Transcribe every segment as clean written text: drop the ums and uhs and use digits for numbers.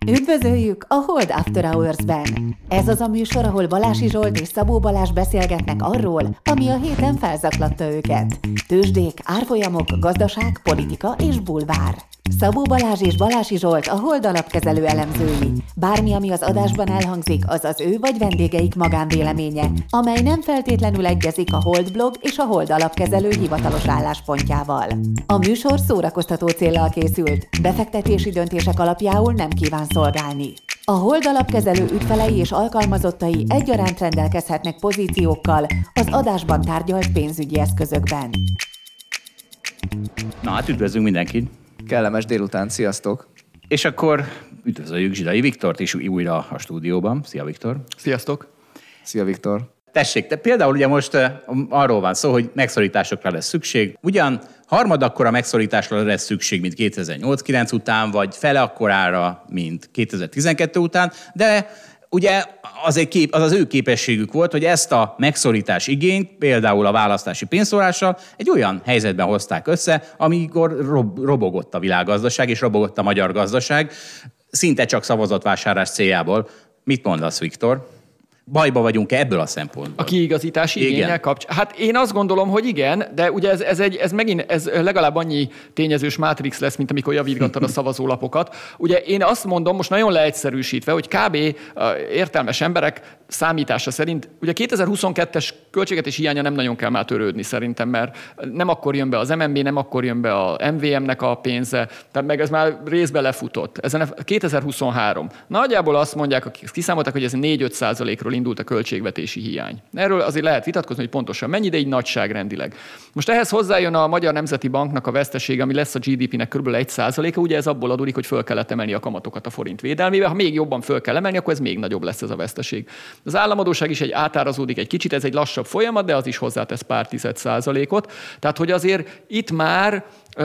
Üdvözöljük a Hold After Hours-ben! Ez az a műsor, ahol Balási Zsolt és Szabó Balázs beszélgetnek arról, ami a héten felzaklatta őket. Tőzsdék, árfolyamok, gazdaság, politika és bulvár. Szabó Balázs és Balási Zsolt a Hold alapkezelő elemzői. Bármi, ami az adásban elhangzik, az az ő vagy vendégeik magánvéleménye, amely nem feltétlenül egyezik a Hold blog és a Hold alapkezelő hivatalos álláspontjával. A műsor szórakoztató céllal készült, befektetési döntések alapjául nem kíván szolgálni. A Hold alapkezelő ügyfelei és alkalmazottai egyaránt rendelkezhetnek pozíciókkal az adásban tárgyalt pénzügyi eszközökben. Na hát üdvözlünk mindenkit! Kellemes délután, sziasztok! És akkor üdvözöljük Zsidai Viktort is újra a stúdióban. Szia, Viktor! Sziasztok! Szia, Viktor! Tessék, például ugye most arról van szó, hogy megszorításokra lesz szükség. Ugyan harmad akkora megszorításra lesz szükség, mint 2008-9 után, vagy fele akkorára, mint 2012 után, de ugye az ő képességük volt, hogy ezt a megszorítás igényt, például a választási pénzszórással egy olyan helyzetben hozták össze, amikor robogott a világgazdaság, és robogott a magyar gazdaság, szinte csak szavazatvásárlás céljából. Mit mondasz, Viktor? Bajba vagyunk-e ebből a szempontból? A kiigazítási igénnyel kapcsolatban? Hát én azt gondolom, hogy igen, de ugye ez legalább annyi tényezős mátrix lesz, mint amikor javítgattad a szavazólapokat. Ugye én azt mondom, most nagyon leegyszerűsítve, hogy kb. Értelmes emberek számítása szerint, ugye 2022-es költségvetési hiánya nem nagyon kell már törődni szerintem, mert nem akkor jön be az MNB, nem akkor jön be a MVM-nek a pénze, tehát meg ez már részben lefutott. Ezen 2023. Nagyjából azt mondják, akik kiszámolták, hogy ez 4-5%-ról indult a költségvetési hiány. Erről azért lehet vitatkozni, hogy pontosan mennyi, de így nagyságrendileg. Most ehhez hozzájön a Magyar Nemzeti Banknak a vesztesége, ami lesz a GDP-nek kb. 1%-a, ugye ez abból adódik, hogy föl kellett emelni a kamatokat a forint védelmével. Ha még jobban föl kell emelni, akkor ez még nagyobb lesz ez a veszteség. Az államadósság is átárazódik egy kicsit, ez egy lassabb folyamat, de az is hozzátesz pár 10%-ot. Tehát, hogy azért itt már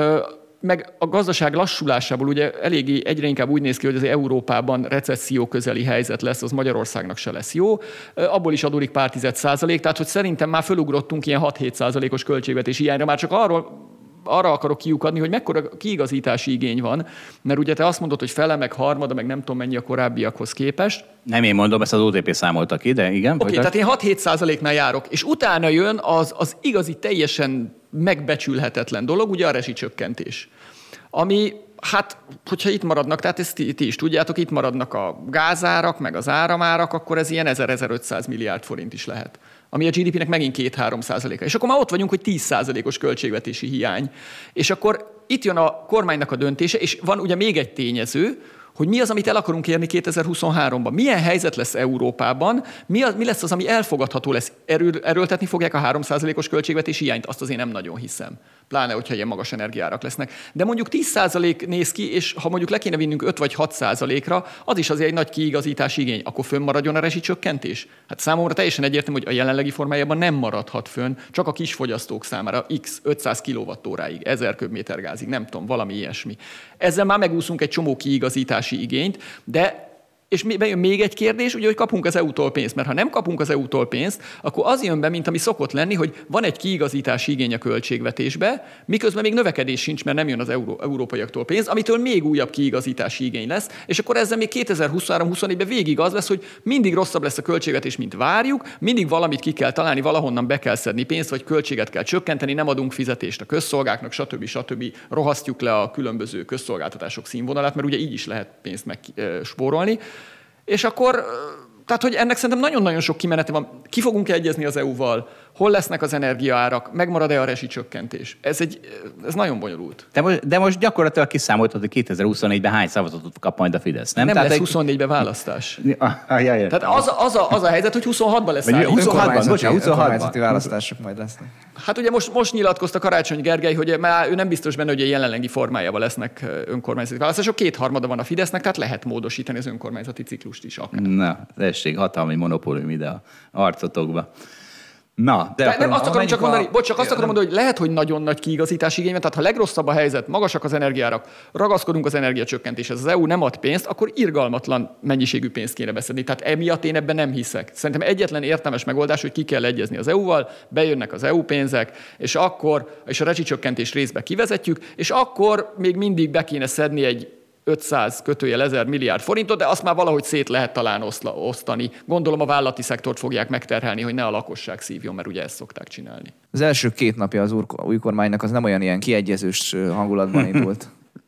meg a gazdaság lassulásából ugye eléggé egyre inkább úgy néz ki, hogy az Európában recesszió közeli helyzet lesz, az Magyarországnak se lesz jó. Abból is adódik pár 10%, tehát hogy szerintem már fölugrottunk ilyen 6-7%-os költségvetési hiányra, már csak arra akarok kiukadni, hogy mekkora kiigazítási igény van, mert ugye te azt mondod, hogy fele, meg harmada, meg nem tudom mennyi a korábbiakhoz képest. Nem én mondom, ezt az OTP számolta ki, de igen. Oké, tehát én 6-7%-nál járok, és utána jön az igazi, teljesen megbecsülhetetlen dolog, ugye a rezsicsökkentés. Ami, hát, hogyha itt maradnak, tehát ezt ti is tudjátok, itt maradnak a gázárak, meg az áramárak, akkor ez ilyen 1000-1500 milliárd forint is lehet. Ami a GDP-nek megint 2-3%-a. És akkor már ott vagyunk, hogy 10%-os költségvetési hiány. És akkor itt jön a kormánynak a döntése, és van ugye még egy tényező, hogy mi az, amit el akarunk érni 2023-ban. Milyen helyzet lesz Európában, mi lesz az, ami elfogadható lesz. Erőltetni fogják a 3%-os költségvetési hiányt? Azt azért nem nagyon hiszem. Pláne, hogyha ilyen magas energiárak lesznek. De mondjuk 10% néz ki, és ha mondjuk le kéne vinnünk 5 vagy 6%-ra, az is azért egy nagy kiigazítási igény. Akkor fönnmaradjon a rezsicsökkentés? Hát számomra teljesen egyértelmű, hogy a jelenlegi formájában nem maradhat fönn, csak a kisfogyasztók számára 500 kWh-ig, 1000 köbméter gázig, nem tudom, valami ilyesmi. Ezzel már megúszunk egy csomó kiigazítási igényt, de és bejön még egy kérdés, ugye, hogy kapunk az EU-tól pénzt, mert ha nem kapunk az EU-tól pénzt, akkor az jön be, mint ami szokott lenni, hogy van egy kiigazítási igény a költségvetésbe, miközben még növekedés sincs, mert nem jön az európaiaktól pénz, amitől még újabb kiigazítási igény lesz, és akkor ezzel még 2023-24-ben végig az lesz, hogy mindig rosszabb lesz a költségvetés, mint várjuk, mindig valamit ki kell találni, valahonnan be kell szedni pénzt, vagy költséget kell csökkenteni, nem adunk fizetést a közszolgáknak, stb. Rohasztjuk le a különböző közszolgáltatások színvonalát, mert ugye így is lehet pénzt megspórolni. És akkor, tehát, hogy ennek szerintem nagyon-nagyon sok kimenete van. Ki fogunk egyezni az EU-val? Hol lesznek az energiaárak? Megmarad-e a rezsicsökkentés? Ez nagyon bonyolult. De most gyakorlatilag kiszámoltad, hogy 2024-ben hány szavazatot kap majd a Fidesz, nem? Nem lesz 24-ben választás. Tehát az a helyzet, hogy 26-ban lesz. 26-ban választások majd lesznek. Hát ugye most nyilatkozta Karácsony Gergely, hogy már ő nem biztos benne, hogy a jelenlegi formájában lesznek önkormányzati választások. 2/3 van a Fidesznek, tehát lehet módosítani az önkormányzati ciklust is akár. Na, tessék, hatalmi monopólium ide a arcotokba. Na, de nem azt akarom csak mondani, azt akarom mondani, hogy lehet, hogy nagyon nagy kiigazítási igény van, tehát ha legrosszabb a helyzet, magasak az energiárak, ragaszkodunk az energiacsökkentéshez, az EU nem ad pénzt, akkor irgalmatlan mennyiségű pénzt kéne beszedni. Tehát emiatt én ebben nem hiszek. Szerintem egyetlen értelmes megoldás, hogy ki kell egyezni az EU-val, bejönnek az EU pénzek, és a rezsicsökkentés részbe kivezetjük, és akkor még mindig be kéne szedni egy 500-1000 milliárd forintot, de azt már valahogy szét lehet talán osztani. Gondolom a vállalati szektort fogják megterhelni, hogy ne a lakosság szívjon, mert ugye ezt szokták csinálni. Az első 2 napja az új kormánynak az nem olyan ilyen kiegyezős hangulatban indult.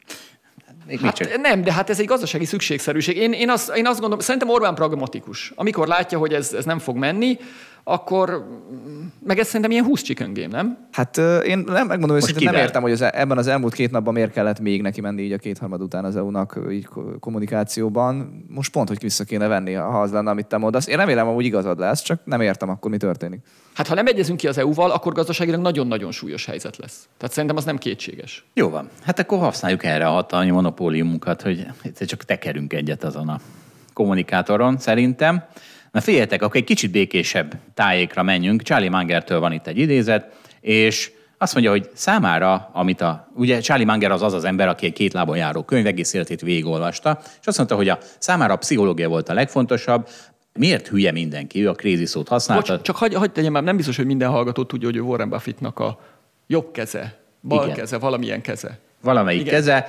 Hát nem, de hát ez egy gazdasági szükségszerűség. Én azt gondolom, szerintem Orbán pragmatikus. Amikor látja, hogy ez nem fog menni, akkor meg ez szerintem ilyen 20 chicken game, nem? Hát én megmondom, hogy nem értem, hogy ebben az elmúlt 2 napban miért kellett még neki menni így a 2/3 után az EU-nak így kommunikációban. Most pont, hogy vissza kéne venni, ha az lenne, amit te mondasz. Én remélem, hogy igazad lesz, csak nem értem akkor, mi történik. Hát ha nem egyezünk ki az EU-val, akkor gazdaságilag nagyon-nagyon súlyos helyzet lesz. Tehát szerintem az nem kétséges. Jó van. Hát akkor használjuk erre a hatalmi monopóliumunkat, hogy csak tekerünk egyet azon a kommunikátoron, szerintem. Na figyeljetek, akkor egy kicsit békésebb tájékra menjünk. Charlie Mungertől van itt egy idézet, és azt mondja, hogy számára, ugye Charlie Munger az ember, aki egy 2 lábon járó könyv, egész életét végigolvasta, és azt mondta, hogy számára a pszichológia volt a legfontosabb. Miért hülye mindenki? Ő a crazy szót használta. Csak hagyj tegyem már, nem biztos, hogy minden hallgató tudja, hogy Warren Buffettnak a jobb keze, bal keze, valamilyen keze. Valamelyik keze.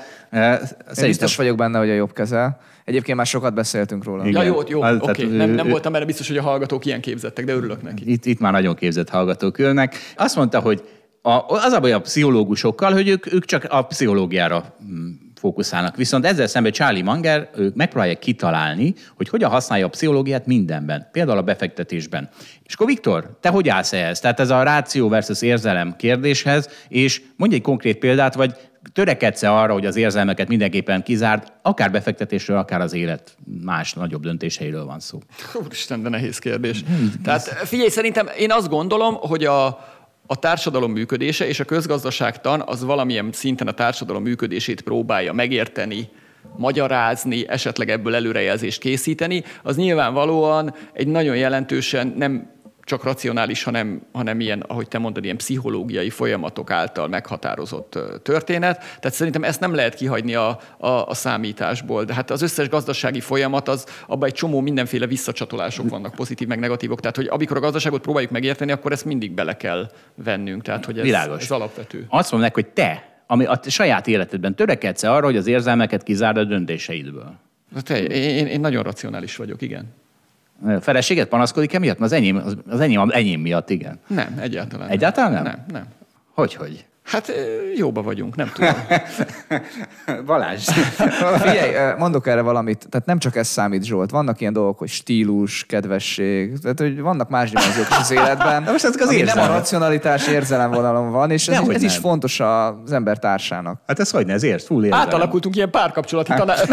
Biztos vagyok benne, hogy a jobb keze. Egyébként már sokat beszéltünk róla. Ja, jó, oké. Nem voltam erre biztos, hogy a hallgatók ilyen képzettek, de örülök neki. Itt már nagyon képzett hallgatók ülnek. Azt mondta, hogy az a baj a pszichológusokkal, hogy ők csak a pszichológiára fókuszálnak. Viszont ezzel szemben Charlie Munger, ők megpróbálják kitalálni, hogy hogyan használja a pszichológiát mindenben, például a befektetésben. És akkor Viktor, te hogy állsz ehhez? Tehát ez a ráció versus érzelem kérdéshez, és mondj egy konkrét példát, vagy törekedsz-e arra, hogy az érzelmeket mindenképpen kizárd, akár befektetésről, akár az élet más nagyobb döntéseiről van szó? Úristen, de nehéz kérdés. Tehát figyelj, szerintem én azt gondolom, hogy a társadalom működése és a közgazdaságtan az valamilyen szinten a társadalom működését próbálja megérteni, magyarázni, esetleg ebből előrejelzést készíteni, az nyilvánvalóan egy nagyon jelentősen nem csak racionális, hanem ilyen, ahogy te mondod, ilyen pszichológiai folyamatok által meghatározott történet. Tehát szerintem ezt nem lehet kihagyni a számításból. De hát az összes gazdasági folyamat, abban egy csomó mindenféle visszacsatolások vannak, pozitív meg negatívok. Tehát, hogy amikor a gazdaságot próbáljuk megérteni, akkor ezt mindig bele kell vennünk. Tehát, hogy ez alapvető. Azt mondom neki, hogy te, ami a saját életedben törekedsz arra, hogy az érzelmeket kizárd a döntéseidből. Én nagyon racionális vagyok, igen. A feleséget panaszkodik emiatt? Az enyém miatt, igen. Nem, egyáltalán. Egyáltalán nem? Nem. Hogy? Hát jóba vagyunk, nem tudom. Balázs. Figyelj, mondok erre valamit. Tehát nem csak ez számít, Zsolt. Vannak ilyen dolgok, hogy stílus, kedvesség. Tehát, hogy vannak más dimenziók is az életben. De most az nem a racionalitás érzelemvonalon van, és ez is fontos az ember társának. Hát ez hogy ne, ez full érzelem. Átalakultunk ilyen párkapcsolati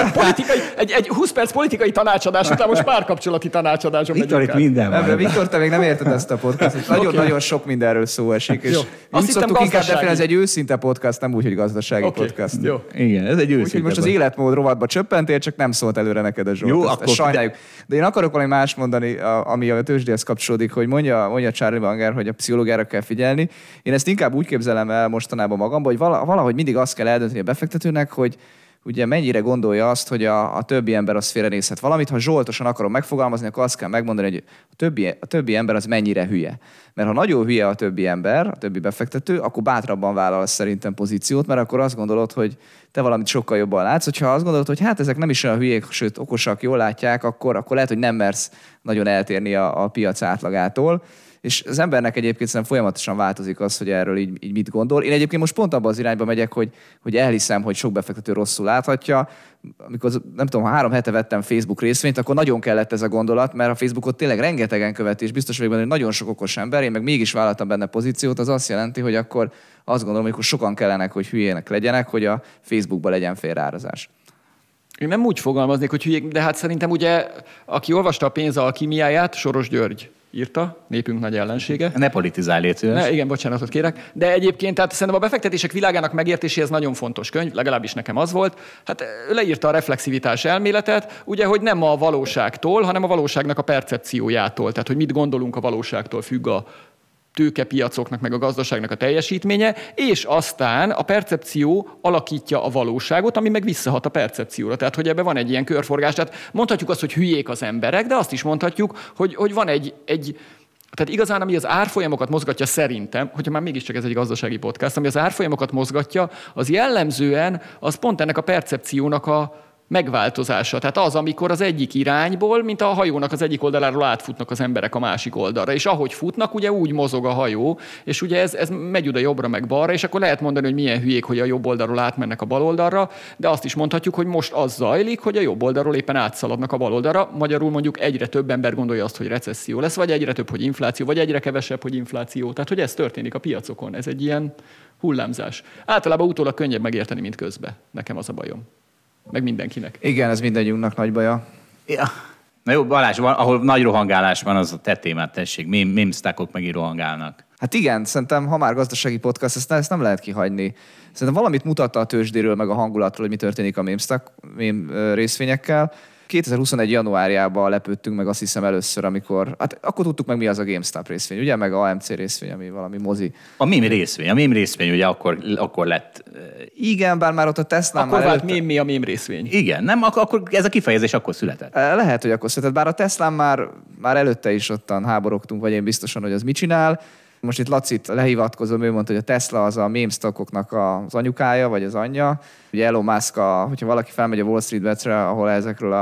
egy 20 perc politikai tanácsadás után most párkapcsolati tanácsadáson Viktor, itt minden van. Viktor, te még nem érted ezt a podcastot. Nagyon-nagyon sok mindenről szó esik. És úgy szoktuk inkább ez egy őszinte podcast, nem úgy, hogy gazdasági podcast. Jó. Igen, ez egy őszinte. Úgyhogy most az életmód rovatba csöppentél, csak nem szólt előre neked a Zsolt. Jó, akkor sajnáljuk. De én akarok valami más mondani, ami a tőzsdéhez kapcsolódik, hogy mondja Charlie Munger, hogy a pszichológiára kell figyelni. Én ezt inkább úgy képzelem el mostanában magamban, hogy valahogy mindig azt kell eldönteni a befektetőnek, hogy ugye mennyire gondolja azt, hogy a többi ember az félrenézhet valamit. Ha zsoltosan akarom megfogalmazni, akkor azt kell megmondani, hogy a többi ember az mennyire hülye. Mert ha nagyon hülye a többi ember, a többi befektető, akkor bátrabban vállal szerintem pozíciót, mert akkor azt gondolod, hogy te valamit sokkal jobban látsz. Hogyha azt gondolod, hogy hát ezek nem is olyan hülyék, sőt okosak, jól látják, akkor lehet, hogy nem mersz nagyon eltérni a piac átlagától. És az embernek egyébként szerintem folyamatosan változik az, hogy erről így mit gondol. Én egyébként most pont abban az irányba megyek, hogy elhiszem, hogy sok befektető rosszul láthatja. Amikor, nem tudom, ha 3 hete vettem Facebook részvényt, akkor nagyon kellett ez a gondolat, mert a Facebookot tényleg rengetegen követi, és biztos vagyok benne, hogy nagyon sok okos ember, én meg mégis vállaltam benne pozíciót, az azt jelenti, hogy akkor azt gondolom, hogy akkor sokan kellenek, hogy hülyének legyenek, hogy a Facebookba legyen félreárazás. Én nem úgy fogalmaznék, hogy hülyék, de hát szerintem ugye, aki olvasta a Pénz alkimiáját, Soros György írta, népünk nagy ellensége. Ne politizálj, légy szíves. Igen, bocsánatot kérek. De egyébként tehát szerintem a befektetések világának megértéséhez nagyon fontos könyv, legalábbis nekem az volt. Hát leírta a reflexivitás elméletet, ugye, hogy nem a valóságtól, hanem a valóságnak a percepciójától. Tehát, hogy mit gondolunk a valóságtól függ a tőkepiacoknak, meg a gazdaságnak a teljesítménye, és aztán a percepció alakítja a valóságot, ami meg visszahat a percepcióra. Tehát, hogy ebben van egy ilyen körforgás. Tehát mondhatjuk azt, hogy hülyék az emberek, de azt is mondhatjuk, hogy van egy Tehát igazán, ami az árfolyamokat mozgatja szerintem, hogyha már mégiscsak ez egy gazdasági podcast, ami az árfolyamokat mozgatja, az jellemzően az pont ennek a percepciónak a megváltozása. Tehát az, amikor az egyik irányból, mint a hajónak az egyik oldaláról átfutnak az emberek a másik oldalra. És ahogy futnak, ugye úgy mozog a hajó, és ugye ez megy oda jobbra meg balra, és akkor lehet mondani, hogy milyen hülyék, hogy a jobb oldalról átmennek a bal oldalra, de azt is mondhatjuk, hogy most az zajlik, hogy a jobb oldalról éppen átszaladnak a bal oldalra. Magyarul mondjuk egyre több ember gondolja azt, hogy recesszió lesz, vagy egyre több, hogy infláció, vagy egyre kevesebb, hogy infláció. Tehát, hogy ez történik a piacokon. Ez egy ilyen hullámzás. Általában utólag könnyebb megérteni, mint közben. Nekem az a bajom. Meg mindenkinek. Igen, ez mindannyiunknak nagy baja. Ja. Na jó, Balázs, ahol nagy rohangálás van, az a te témát, tessék. Mémsztákok megint rohangálnak. Hát igen, szerintem, ha már gazdasági podcast, ezt nem lehet kihagyni. Szerintem valamit mutatta a tőzsdéről, meg a hangulatról, hogy mi történik a mém részvényekkel. 2021. januárjában lepődtünk meg azt hiszem először, amikor, hát akkor tudtuk meg, mi az a GameStop részvény, ugye, meg a AMC részvény, ami valami mozi. A mém részvény ugye akkor lett. Igen, bár már ott a Tesla akkor vált mi a mém részvény. Igen, nem, akkor ez a kifejezés akkor született. Lehet, hogy akkor született, bár a Tesla már előtte is ottan háborogtunk, vagy én biztosan, hogy az mit csinál. Most itt Lacit lehivatkozom, ő mondta, hogy a Tesla az a meme-stockoknak az anyukája, vagy az anyja. Ugye Elon Musk, hogyha valaki felmegy a Wall Street Betsre, ahol ezekről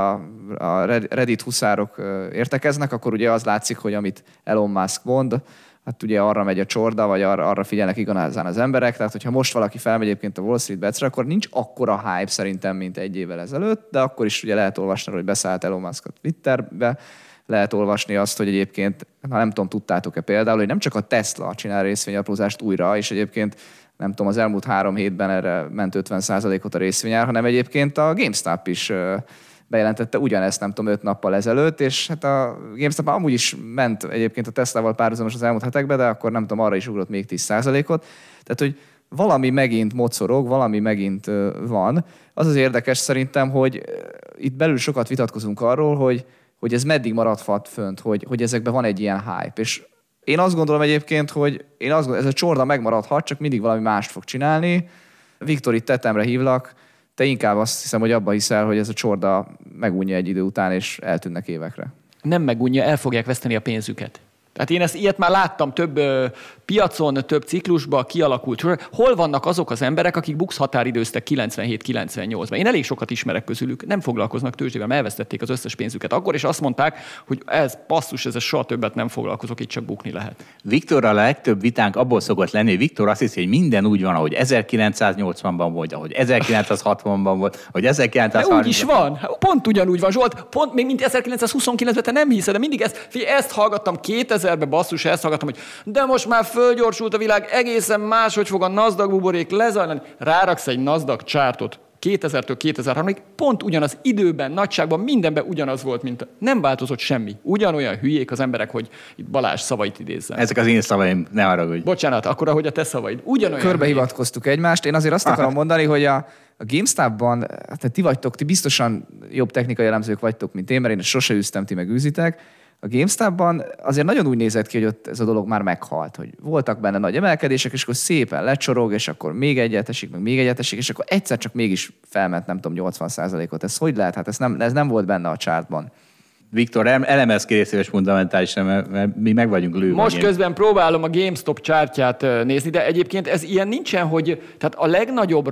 a Reddit huszárok értekeznek, akkor ugye az látszik, hogy amit Elon Musk mond, hát ugye arra megy a csorda, vagy arra figyelnek igazán az emberek. Tehát, hogyha most valaki felmegy egyébként a Wall Street Betsre, akkor nincs akkora hype szerintem, mint egy évvel ezelőtt, de akkor is ugye lehet olvasni, hogy beszállt Elon Musk a Twitterbe, lehet olvasni azt, hogy egyébként, nem tudom, tudtátok-e például, hogy nem csak a Tesla csinál részvényaprózást újra, és egyébként nem tudom, az elmúlt 3 hétben erre ment 50%-ot a részvényár, hanem egyébként a GameStop is bejelentette ugyanezt, nem tudom, 5 nappal ezelőtt, és hát a GameStop amúgy is ment egyébként a Teslával párhuzamos az elmúlt hetekben, de akkor nem tudom, arra is ugrott még 10%-ot. Tehát, hogy valami megint mocorog, valami megint van. Az érdekes szerintem, hogy itt belül sokat vitatkozunk arról, hogy ez meddig maradhat fönt, hogy ezekben van egy ilyen hype. És én azt gondolom egyébként, hogy ez a csorda megmaradhat, csak mindig valami mást fog csinálni. Viktor, itt tetemre hívlak, te inkább azt hiszem, hogy abba hiszel, hogy ez a csorda megunja egy idő után, és eltűnnek évekre. Nem megunja, el fogják veszteni a pénzüket. Tehát én ilyet már láttam több piacon, több ciklusban kialakult. Hol vannak azok az emberek, akik BUX határidőztek 97-98-ban? Én elég sokat ismerek közülük, nem foglalkoznak tőzsdével, elvesztették az összes pénzüket akkor, és azt mondták, hogy ez soha többet nem foglalkozok, itt csak bukni lehet. Viktorral a legtöbb vitánk abból szokott lenni, hogy Viktor azt hiszi, hogy minden úgy van, ahogy 1980-ban volt, ahogy 1960-ban volt, ahogy 1930-ban. Úgy is van, pont ugyanúgy van, Zsolt, pont még mint 1929-ben, te nem hiszed, de mindig ezt hallgattam 2000-ben, basszus, ezt hallgattam, hogy de most már fölgyorsult a világ, egészen máshogy fog a NASDAQ buborék lezajlani. Ráraksz egy NASDAQ csártot 2000-től 2003-ig, pont ugyanaz időben, nagyságban, mindenben ugyanaz volt, mint nem változott semmi. Ugyanolyan hülyék az emberek, hogy itt Balázs szavait idézzem. Ezek az én szavaim, ne haragudj. Bocsánat, akkor ahogy a te szavaid. Ugyanolyan körbehivatkoztuk egymást. Én azért azt akarom mondani, hogy a GameStop-ban, hát ti biztosan jobb technikai elemzők vagytok, mint én, mert én sose üztem, ti meg űzitek. A GameStop-ban azért nagyon úgy nézett ki, hogy ott ez a dolog már meghalt, hogy voltak benne nagy emelkedések, és akkor szépen lecsorog, és akkor még egyet esik, meg még egyet esik, és akkor egyszer csak mégis felment, nem tudom, 80%-ot. Ez hogy lehet? Hát ez nem volt benne a chartban. Viktor, elemez ki részéves fundamentálisan, mert mi meg vagyunk lőve. Most közben próbálom a GameStop chartját nézni, de egyébként ez ilyen nincsen, hogy tehát a legnagyobb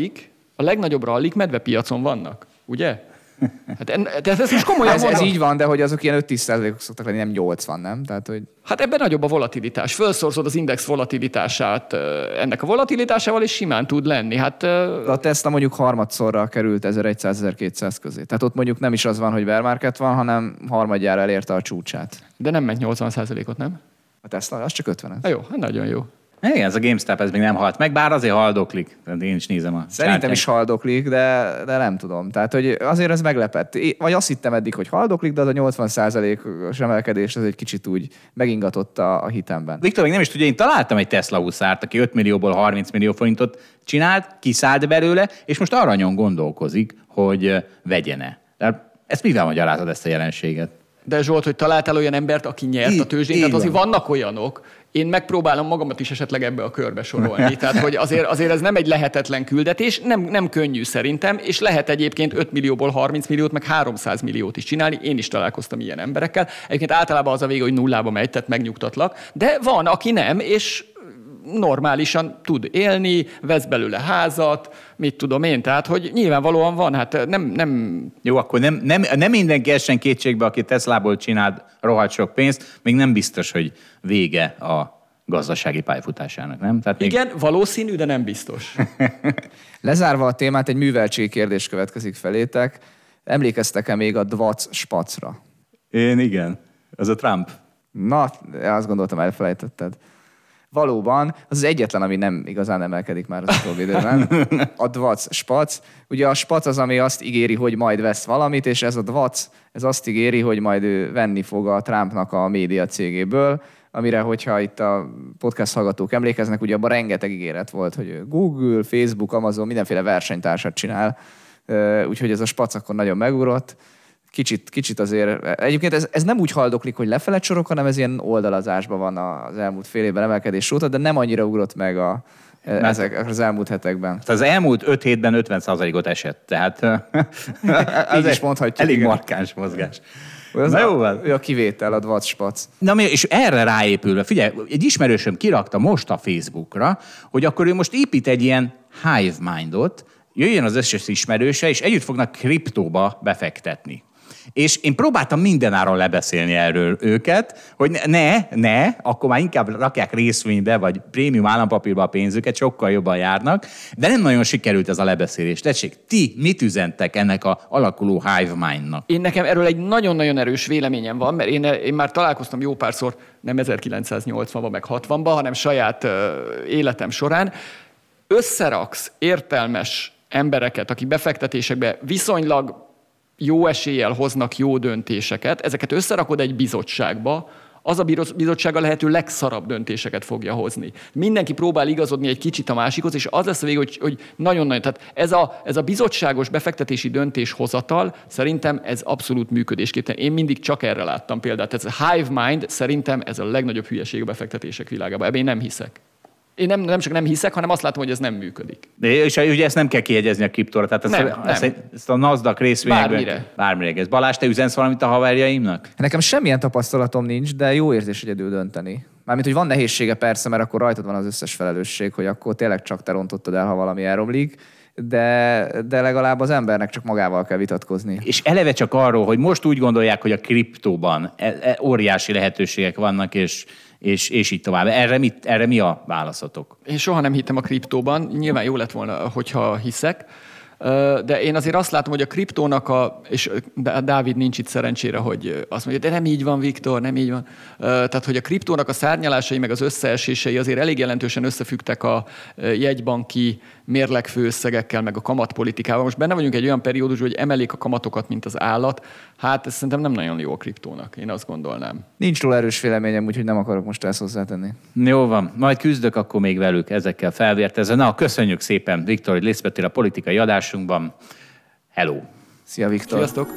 rallik medvepiacon vannak, ugye? Hát ez most komolyan ez így van, de hogy azok ilyen 5-10%-ok szoktak lenni, nem 80, nem? Tehát, hogy... Hát ebben nagyobb a volatilitás. Fölszorzod az index volatilitását ennek a volatilitásával, és simán tud lenni. Hát, a Tesla mondjuk harmadszorra került 1100-1200 közé. Tehát ott mondjuk nem is az van, hogy bear market van, hanem harmadjára elérte a csúcsát. De nem ment 80%-ot, nem? A Tesla, az csak 50. Jó, hát nagyon jó. Igen, ez a GameStop ez még nem halt meg, bár azért haldoklik. Én is nézem a Szerintem is haldoklik, de nem tudom. Tehát, hogy azért ez meglepett. Vagy azt hittem eddig, hogy haldoklik, de az a 80%-os emelkedés az egy kicsit úgy megingatott a hitemben. Viktor, még nem is tudja, én találtam egy Tesla huszárt, aki 5 millióból 30 millió forintot csinált, kiszállt belőle, és most aranyon gondolkozik, hogy vegyene. De ezt mivel magyarázod, ezt a jelenséget? De Zsolt, hogy találtál olyan embert, aki nyert a tőzsdén, tehát azért vannak olyanok, én megpróbálom magamat is esetleg ebbe a körbe sorolni. Tehát, hogy azért ez nem egy lehetetlen küldetés, nem könnyű szerintem, és lehet egyébként 5 millióból 30 milliót, meg 300 milliót is csinálni. Én is találkoztam ilyen emberekkel. Egyébként általában az a vége, hogy nullába megy, tehát megnyugtatlak. De van, aki nem, és normálisan tud élni, vesz belőle házat, mit tudom én, tehát, hogy nyilvánvalóan van, hát nem... Jó, akkor nem mindenki essen kétségbe, aki Teslából csinált rohadt sok pénzt, még nem biztos, hogy vége a gazdasági pályafutásának, nem? Tehát igen, valószínű, de nem biztos. Lezárva a témát, egy műveltségi kérdés következik felétek. Emlékeztek-e még a Dvac spacra? Én igen. Az a Trump. Na, azt gondoltam, elfelejtetted. Valóban, az egyetlen, ami nem igazán emelkedik már az utóbbi időben. A Dvac spac. Ugye a spac az, ami azt ígéri, hogy majd vesz valamit, és ez a Dvac, ez azt ígéri, hogy majd ő venni fog a Trumpnak a média cégéből, amire, hogyha itt a podcast hallgatók emlékeznek, ugye abban rengeteg ígéret volt, hogy Google, Facebook, Amazon mindenféle versenytársat csinál, úgyhogy ez a spac akkor nagyon megugrott. Kicsit azért, egyébként ez nem úgy haldoklik, hogy lefele csorog, hanem ez ilyen oldalazásban van az elmúlt fél évben emelkedés óta, de nem annyira ugrott meg ezek az elmúlt hetekben. Az elmúlt 5 hétben 50%-ot esett, tehát így is mondhatjuk. Elég igen. markáns mozgás. Na jó van. A kivétel, a Dvac spac. Na, és erre ráépülve, figyelj, egy ismerősöm kirakta most a Facebookra, hogy akkor ő most épít egy ilyen hive mindot, jöjjön az összes ismerőse, és együtt fognak kriptóba befektetni. És én próbáltam mindenáron lebeszélni erről őket, hogy ne, akkor már inkább rakják részvénybe, vagy prémium állampapírba a pénzüket, sokkal jobban járnak, de nem nagyon sikerült ez a lebeszélés. Tessék, ti mit üzentek ennek a alakuló hive mindnak? Én nekem erről egy nagyon-nagyon erős véleményem van, mert én már találkoztam jó párszor, nem 1980-ban, meg 60-ban, hanem saját életem során. Összeraksz értelmes embereket, akik befektetésekbe viszonylag jó eséllyel hoznak jó döntéseket, ezeket összerakod egy bizottságba, az a bizottság a lehető legszarabb döntéseket fogja hozni. Mindenki próbál igazodni egy kicsit a másikhoz, és az lesz a vége, hogy nagyon-nagyon, tehát ez a bizottságos befektetési döntéshozatal szerintem ez abszolút működésképtelen. Én mindig csak erre láttam példát. Ez a hive mind szerintem ez a legnagyobb hülyeség a befektetések világában. Ebben én nem hiszek. Én nem csak nem hiszek, hanem azt látom, hogy ez nem működik. De és ugye ezt nem kell kiegyezni a kriptóra, tehát ezt a NASDAQ részvényekben... Bármire. Ez Balázs, te üzensz valamit a haverjaimnak? Nekem semmilyen tapasztalatom nincs, de jó érzés egyedül dönteni. Mármint, hogy van nehézsége persze, mert akkor rajtad van az összes felelősség, hogy akkor tényleg csak te rontottad el, ha valami elromlik, de legalább az embernek csak magával kell vitatkozni. És eleve csak arról, hogy most úgy gondolják, hogy a kriptóban óriási lehetőségek vannak, és így tovább. Erre mi a válaszotok? Én soha nem hittem a kriptóban, nyilván jó lett volna, hogyha hiszek, de én azért azt látom, hogy a kriptónak és Dávid nincs itt szerencsére, hogy azt mondja, de nem így van, Viktor, nem így van. Tehát, hogy a kriptónak a szárnyalásai meg az összeesései azért elég jelentősen összefüggtek a jegybanki mérlegfőösszegekkel, meg a kamatpolitikával. Most benne vagyunk egy olyan periódusban, hogy emelik a kamatokat, mint az állat. Hát ez szerintem nem nagyon jó a kriptónak, én azt gondolnám. Nincs túl erős véleményem, úgyhogy nem akarok most ezt hozzátenni. Jó van, majd küzdök akkor még velük ezekkel felvértezve. Na, köszönjük szépen, Viktor, hogy részt vettél a politikai adásunkban. Hello! Szia, Viktor! Sziasztok!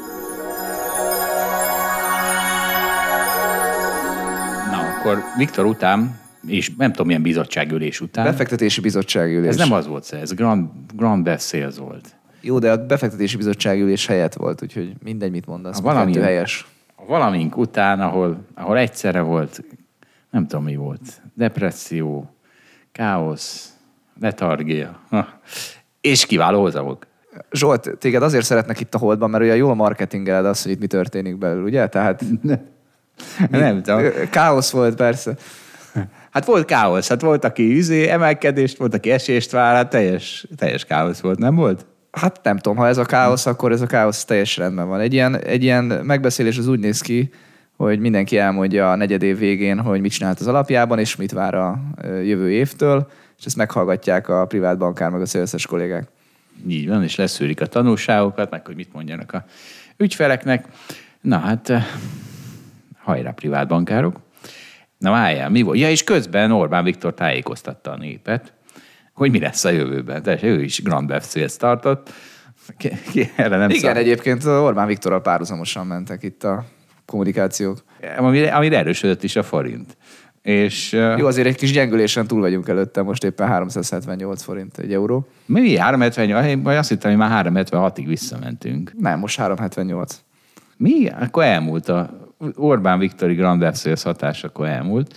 Na, akkor Viktor után, és nem tudom, milyen bizottságülés után. Befektetési bizottságülés. Ez nem az volt, ez Grand Best Sales volt. Jó, de a befektetési bizottságülés helyett volt, úgyhogy mindegy, mit mondasz. Kettő helyes. Valamink után, ahol egyszerre volt, nem tudom, mi volt, depresszió, káosz, letargia, és kiváló hozamok. Zsolt, téged azért szeretnek itt a Holdban, mert olyan jól marketingeled azt, hogy itt mi történik belül, ugye? Tehát nem tudom. Káosz volt, persze. Hát volt káosz, hát volt, aki emelkedést, volt, aki esést vár, hát teljes káosz volt, nem volt? Hát nem tudom, ha ez a káosz, akkor ez a káosz teljes rendben van. Egy ilyen megbeszélés az úgy néz ki, hogy mindenki elmondja a negyedév végén, hogy mit csinált az alapjában, és mit vár a jövő évtől, és ezt meghallgatják a privát bankár meg a szélszes kollégák. Így van, és leszűrik a tanulságokat, meg hogy mit mondjanak a ügyfeleknek. Na hát, hajrá privát bankárok. Na várjál, mi volt? Ja, és közben Orbán Viktor tájékoztatta a népet, hogy mi lesz a jövőben. De ő is Grand Best Sales tartott. Erre nem igen, egyébként Orbán Viktorral párhuzamosan mentek itt a kommunikációk. Amire erősödött is a forint. És, jó, azért egy kis gyengülésen túl vagyunk előtte, most éppen 378 forint egy euró. Mi 378? Vagy azt hittem, hogy már 376-ig visszamentünk. Nem, most 378. Mi? Akkor elmúlt Orbán Viktori Grand Web hatás, akkor elmúlt.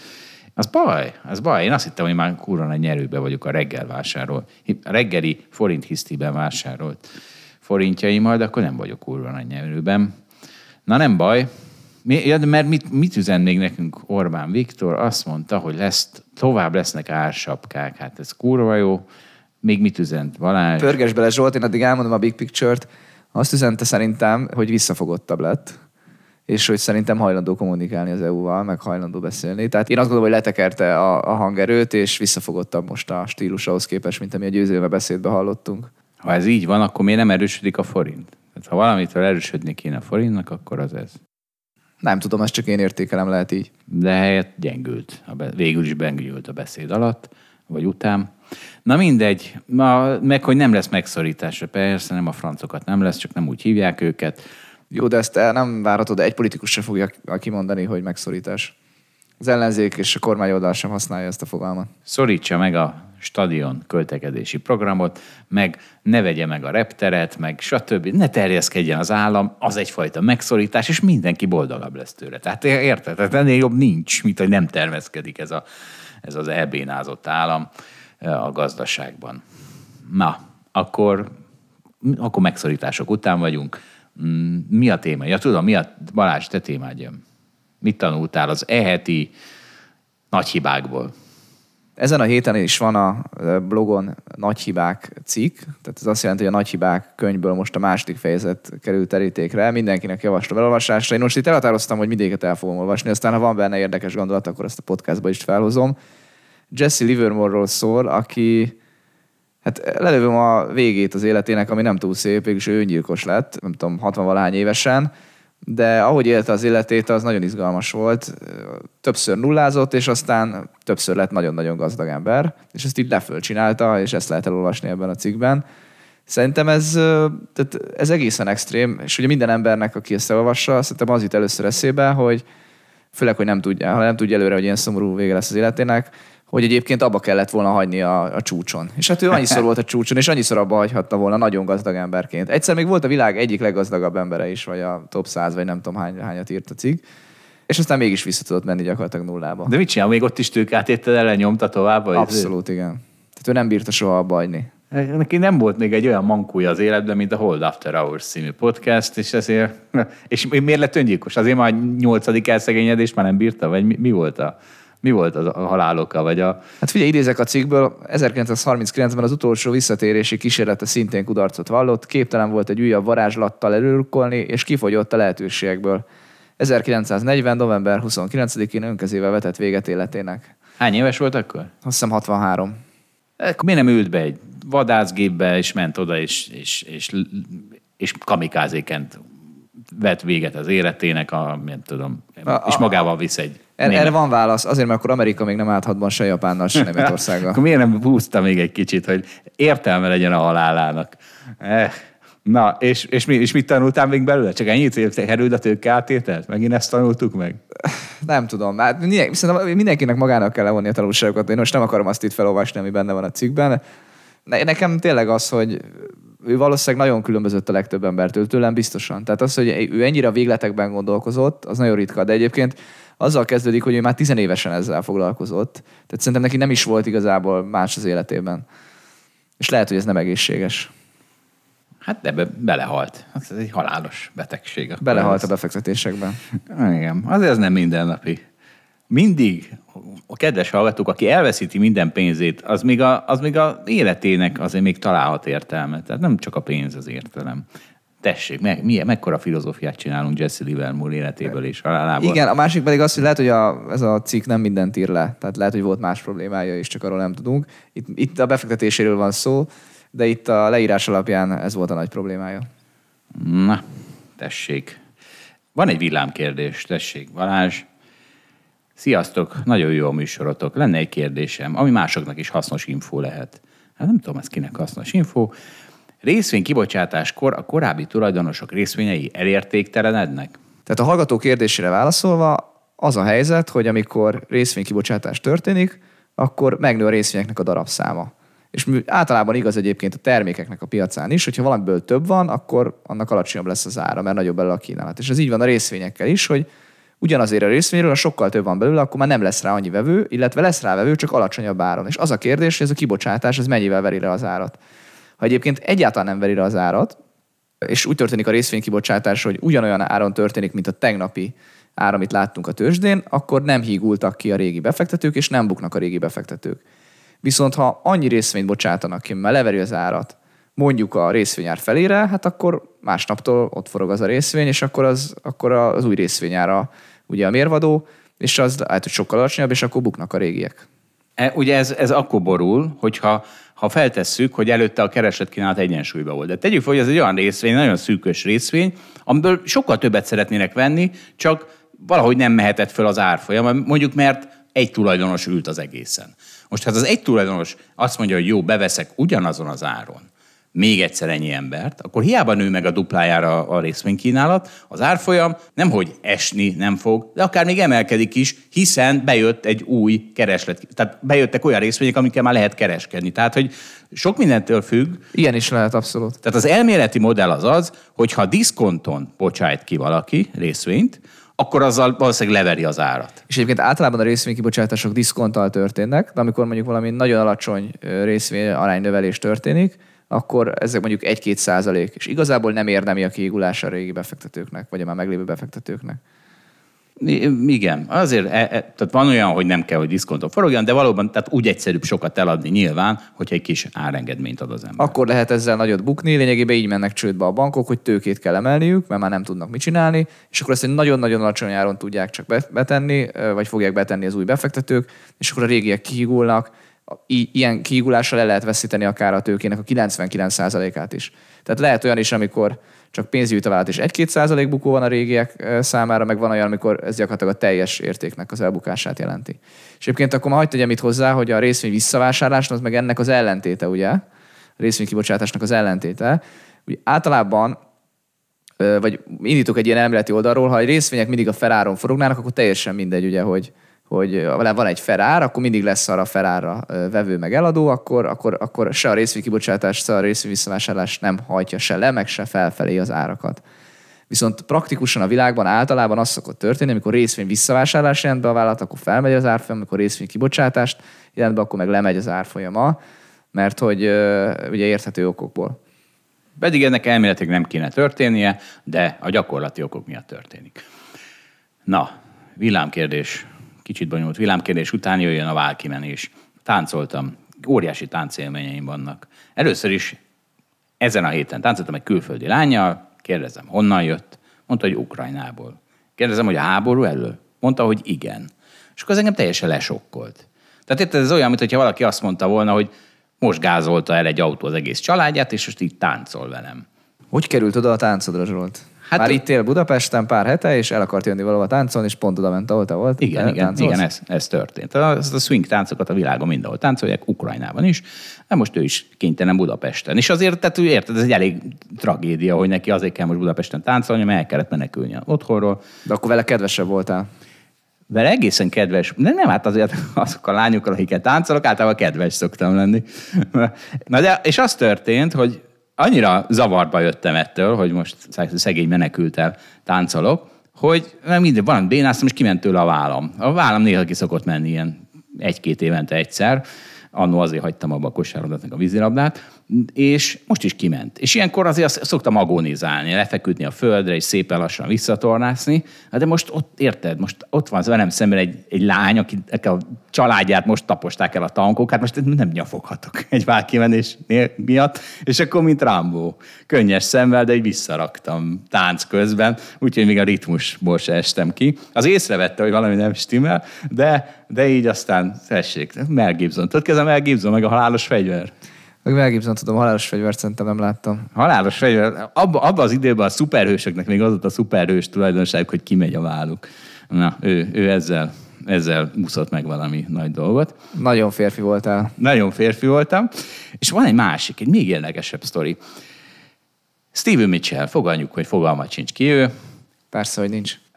Az baj. Én azt hittem, hogy már kurva nagy nyerőbe vagyok a reggeli forint hisztiben vásárolt forintjaimmal, de akkor nem vagyok kurva nagy nyerőben. Na nem baj. Mert mit üzen még nekünk Orbán Viktor? Azt mondta, hogy tovább lesznek ársapkák. Hát ez kurva jó. Még mit üzent Balázs? Pörges bele, Zsolt, én addig elmondom a big picture-t. Azt üzente szerintem, hogy visszafogottabb lett, és hogy szerintem hajlandó kommunikálni az EU-val, meg hajlandó beszélni. Tehát én azt gondolom, hogy letekerte a hangerőt, és visszafogottabb most a stílus ahhoz képest, mint ami a győzelme beszédben hallottunk. Ha ez így van, akkor miért nem erősödik a forint? Tehát ha valamitől erősödni kéne a forintnak, akkor az ez. Nem tudom, ezt csak én értékelem, lehet így. De helyett gyengült. Végül is gyengült a beszéd alatt, vagy után. Na mindegy, meg hogy nem lesz megszorításra, persze nem a francokat nem lesz, csak nem úgy hívják őket. Jó, de ezt nem várhatod, de egy politikus sem fogja kimondani, hogy megszorítás. Az ellenzék és a kormányoldal sem használja ezt a fogalmat. Szorítsa meg a stadion költekezési programot, meg ne vegye meg a repteret, meg stb. Ne terjeszkedjen az állam, az egyfajta megszorítás, és mindenki boldogabb lesz tőle. Tehát érted? Tehát ennél jobb nincs, mint hogy nem termeszkedik ez az elbénázott állam a gazdaságban. Na, akkor megszorítások után vagyunk. Mi a téma? Ja, tudom, Balázs, te témád jön. Mit tanultál az e-heti nagy hibákból? Ezen a héten is van a blogon nagy hibák cikk, tehát ez azt jelenti, hogy a nagy hibák könyvből most a második fejezet került terítékre. Mindenkinek javaslom elolvasásra. Én most itt elhatároztam, hogy mindéket el fogom olvasni, aztán ha van benne érdekes gondolat, akkor ezt a podcastba is felhozom. Jesse Livermore-ról szól, aki lelövöm a végét az életének, ami nem túl szép, végülis ő öngyilkos lett, nem tudom, 60-valahány évesen, de ahogy élte az életét, az nagyon izgalmas volt. Többször nullázott, és aztán többször lett nagyon-nagyon gazdag ember, és ezt így lefölcsinálta, és ezt lehet elolvasni ebben a cikkben. Szerintem ez egészen extrém, és ugye minden embernek, aki ezt elolvassa, szerintem az jut először eszébe, hogy főleg, hogy nem tudja előre, hogy ilyen szomorú vége lesz az életének, hogy egyébként abba kellett volna hagyni a csúcson. És hát ő annyiszor volt a csúcson, és annyiszor abba hagyhatta volna nagyon gazdag emberként. Egyszer még volt a világ egyik leggazdagabb embere is, vagy a top 100, vagy nem tudom hányat írt a cikk. És aztán mégis vissza tudott menni gyakorlatilag nullába. De mit csinál? Még ott is tőkátéttel ellen nyomta tovább? Abszolút, igen. Tehát ő nem bírta soha abba hagyni. Neki nem volt még egy olyan mankója az életben, mint a Hold After Hours című podcast, és ezért... És miért lett öngyilkos? Azért már a 8. elszegényedés már nem bírta? Vagy mi volt a haláloka? Vagy a... Hát figyelj, idézek a cikkből, 1939-ben az utolsó visszatérési kísérlete szintén kudarcot vallott, képtelen volt egy újabb varázslattal előrukkolni, és kifogyott a lehetőségekből. 1940. november 29-én önkezével vetett véget életének. Hány éves volt akkor? Azt hiszem 63. Akkor miért nem ült be egy vadászgépbe, és ment oda, és kamikázéként vett véget az életének, nem tudom, és magával visz egy... Erre van válasz, azért, mert akkor Amerika még nem állt hadban se Japánnal, se Németországgal. Akkor miért nem húzta még egy kicsit, hogy értelme legyen a halálának? Na, és mit tanultál még belőle? Csak ennyit herüld a tőkeáttételt? Megint ezt tanultuk meg? Nem tudom. Hát mindenkinek magának kell levonni a tanulságokat. Én most nem akarom azt itt felolvasni, ami benne van a cikkben. Nekem tényleg az, hogy ő valószínűleg nagyon különbözött a legtöbb embertől, tőlem biztosan. Tehát az, hogy ő ennyire a végletekben gondolkozott, az nagyon ritka. De egyébként azzal kezdődik, hogy ő már 10 évesen ezzel foglalkozott. Tehát szerintem neki nem is volt igazából más az életében. És lehet, hogy ez nem egészséges. Hát de belehalt. Ez egy halálos betegség. Belehalt a befektetésekben. Igen, azért ez nem mindennapi. Mindig a kedves hallgatók, aki elveszíti minden pénzét, az még a életének azért még találhat értelmet. Tehát nem csak a pénz az értelem. Tessék, mekkora filozófiát csinálunk Jesse Livermore életéből és halálából. Igen, a másik pedig az, hogy lehet, hogy ez a cikk nem mindent ír le. Tehát lehet, hogy volt más problémája is, csak arról nem tudunk. Itt a befektetéséről van szó, de itt a leírás alapján ez volt a nagy problémája. Na, tessék. Van egy villámkérdés, tessék, Balázs. Sziasztok, nagyon jó a műsorotok. Lenne egy kérdésem, ami másoknak is hasznos infó lehet. Hát nem tudom, ez kinek hasznos info. Részvénykibocsátáskor a korábbi tulajdonosok részvényei elértéktelenednek? Tehát a hallgató kérdésére válaszolva, az a helyzet, hogy amikor részvénykibocsátás történik, akkor megnő a részvényeknek a darabszáma. És általában igaz egyébként a termékeknek a piacán is, hogyha valamiből több van, akkor annak alacsonyabb lesz az ára, mert nagyobb belőle a kínálat. És ez így van a részvényekkel is, hogy ugyanazért a részvényről, ha sokkal több van belőle, akkor már nem lesz rá annyi vevő, illetve lesz rá vevő, csak alacsonyabb áron. És az a kérdés, hogy ez a kibocsátás, ez mennyivel veri le az árat. Ha egyébként egyáltalán nem veri le az árat, és úgy történik a részvénykibocsátás, hogy ugyanolyan áron történik, mint a tegnapi ár, amit láttunk a tőzsdén, akkor nem hígultak ki a régi befektetők, és nem buknak a régi befektetők. Viszont ha annyi részvényt bocsátanak ki, mert leveri az árat, mondjuk a részvényár felére, hát akkor másnaptól ott forog az a részvény, és akkor az új részvényára ugye a mérvadó, és az lehet, hogy sokkal alacsonyabb, és akkor buknak a régiek. Ugye ez akkor borul, hogyha feltesszük, hogy előtte a kereslet-kínálat egyensúlyban volt. De tegyük fel, hogy ez egy olyan részvény, nagyon szűkös részvény, amiből sokkal többet szeretnének venni, csak valahogy nem mehetett föl az árfolyam, mondjuk mert egy tulajdonos ült az egészen. Most hát az egy tulajdonos azt mondja, hogy jó, beveszek ugyanazon az áron még egyszer ennyi embert, akkor hiába nő meg a duplájára a részvénykínálat, az árfolyam nemhogy esni nem fog, de akár még emelkedik is, hiszen bejött egy új kereslet, tehát bejöttek olyan részvények, amikkel már lehet kereskedni. Tehát, hogy sok mindentől függ. Ilyen is lehet abszolút. Tehát az elméleti modell az, hogy ha diszkonton bocsájt ki valaki részvényt, akkor azzal valószínűleg leveri az árat. És egyébként általában a részvénykibocsátások diszkonttal történnek, de amikor mondjuk valami nagyon alacsony részvény aránynövelés történik, akkor ezek mondjuk 1-2%, és igazából nem érdemi a kiigulás a régi befektetőknek, vagy a már meglévő befektetőknek. Igen, azért tehát van olyan, hogy nem kell, hogy diszkonton forogjon, de valóban tehát úgy egyszerűbb sokat eladni nyilván, hogyha egy kis árengedményt ad az ember. Akkor lehet ezzel nagyot bukni, lényegében így mennek csődbe a bankok, hogy tőkét kell emelniük, mert már nem tudnak mit csinálni, és akkor ezt egy nagyon-nagyon alacsony áron tudják csak betenni, vagy fogják betenni az új befektetők, és akkor a régiek kihigulnak. Ilyen kihigulással le lehet veszíteni akár a tőkének a 99%-át is. Tehát lehet olyan is, amikor csak pénzügyi vállalat is 1-2% bukó van a régiek számára, meg van olyan, amikor ez gyakorlatilag a teljes értéknek az elbukását jelenti. És egyébként akkor hagyd tegyem itt hozzá, hogy a részvény visszavásárlás az meg ennek az ellentéte, ugye? A részvénykibocsátásnak az ellentéte. Ugye általában, vagy indítok egy ilyen elméleti oldalról, ha a részvények mindig a feláron forognának, akkor teljesen mindegy, ugye, hogy van egy ferár, akkor mindig lesz arra a ferárra vevő meg eladó, akkor se a részvénykibocsátás, se a részvényvisszavásárlás nem hajtja se le, meg se felfelé az árakat. Viszont praktikusan a világban általában az szokott történni, amikor részvény visszavásárlás jelent be a vállalat, akkor felmegy az árfolyam, amikor részvény kibocsátást jelent be, akkor meg lemegy az árfolyama, mert hogy ugye érthető okokból. Pedig ennek elméletileg nem kéne történnie, de a gyakorlati okok miatt történik. Na, villámkérdés. Kicsit bonyolult villámkérdés után jöjjön a válkimenés. Táncoltam. Óriási táncélményeim vannak. Először is ezen a héten táncoltam egy külföldi lánnyal, kérdezem, honnan jött? Mondta, hogy Ukrajnából. Kérdezem, hogy a háború elől? Mondta, hogy igen. És akkor ez engem teljesen lesokkolt. Tehát itt ez olyan, mintha valaki azt mondta volna, hogy most gázolta el egy autó az egész családját, és most így táncol velem. Hogy került oda a táncodra, Zsolt? Hát már itt él Budapesten pár hete, és el akart jönni valahol táncolni, és pont oda ment, ahol te volt. Igen, ez történt. A swing táncokat a világon mindenhol táncolják, Ukrajnában is, de most ő is kénytelen Budapesten. És azért, tehát érted, ez egy elég tragédia, hogy neki azért kell most Budapesten táncolni, mert el kellett menekülni otthonról. De akkor vele kedvesebb voltál? Vele egészen kedves, de nem, hát azért azok a lányokkal, akikkel táncolok, általában kedves szoktam lenni. Na de, és az történt, hogy annyira zavarba jöttem ettől, hogy most szegény menekültel táncolok, hogy mindig valami bénáztam, és kiment tőle a vállam. A vállam néha ki szokott menni ilyen 1-2 évente egyszer, annó azért hagytam abba a kosárlabdát, meg a vízilabdát, és most is kiment. És ilyenkor azért szoktam agonizálni, lefeküdni a földre, és szépen lassan visszatornászni. De most ott, érted, most ott van velem szemben egy lány, aki a családját most taposták el a tankok, hát most nem nyafoghatok egy válkimenés miatt, és akkor mint Rambo. Könnyes szemmel, de így visszaraktam tánc közben, úgyhogy még a ritmusból se estem ki. Az észrevette, hogy valami nem stimmel, de így aztán tessék, Mel Gibson. Tudod ki ez a Mel Gibson, meg a Halálos fegyver? Meg Mel Gibson, tudom, Halálos fegyvert szerintem nem láttam. Halálos fegyver, abban az időben a szuperhősöknek még az volt a szuperhős tulajdonság, hogy kimegy a válluk. Na, ő ezzel úszott meg valami nagy dolgot. Nagyon férfi voltál. Nagyon férfi voltam. És van egy másik, egy még érdekesebb sztori. Steven Mitchell, fogadjuk, hogy fogalmat sincs ki ő. Persze, hogy nincs.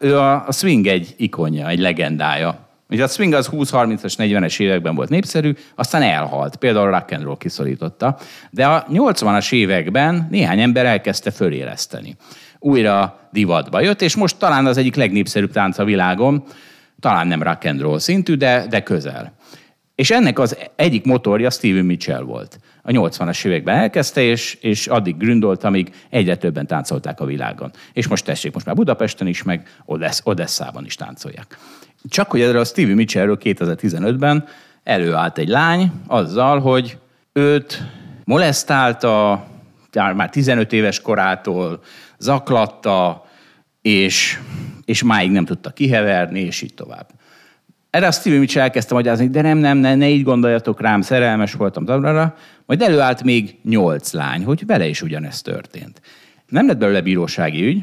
ő a swing egy ikonja, egy legendája. Ugye a swing az 20-30-as, 40-es években volt népszerű, aztán elhalt. Például a rock and roll kiszorította. De a 80-as években néhány ember elkezdte föléleszteni. Újra divatba jött, és most talán az egyik legnépszerűbb tánc a világon, talán nem rock and roll szintű, de közel. És ennek az egyik motorja Steven Mitchell volt. A 80-as években elkezdte, és addig gründolt, amíg egyre többen táncolták a világon. És most tessék, most már Budapesten is, meg Odesszában is táncolják. Csak hogy erről a Steven Mitchellről 2015-ben előállt egy lány azzal, hogy őt molesztálta, már 15 éves korától, zaklatta, és máig nem tudta kiheverni, és így tovább. Erre a Steven Mitchell elkezdte magyarázni, de ne így gondoljatok rám, szerelmes voltam, majd előállt még 8 lány, hogy vele is ugyanezt történt. Nem lett belőle bírósági ügy,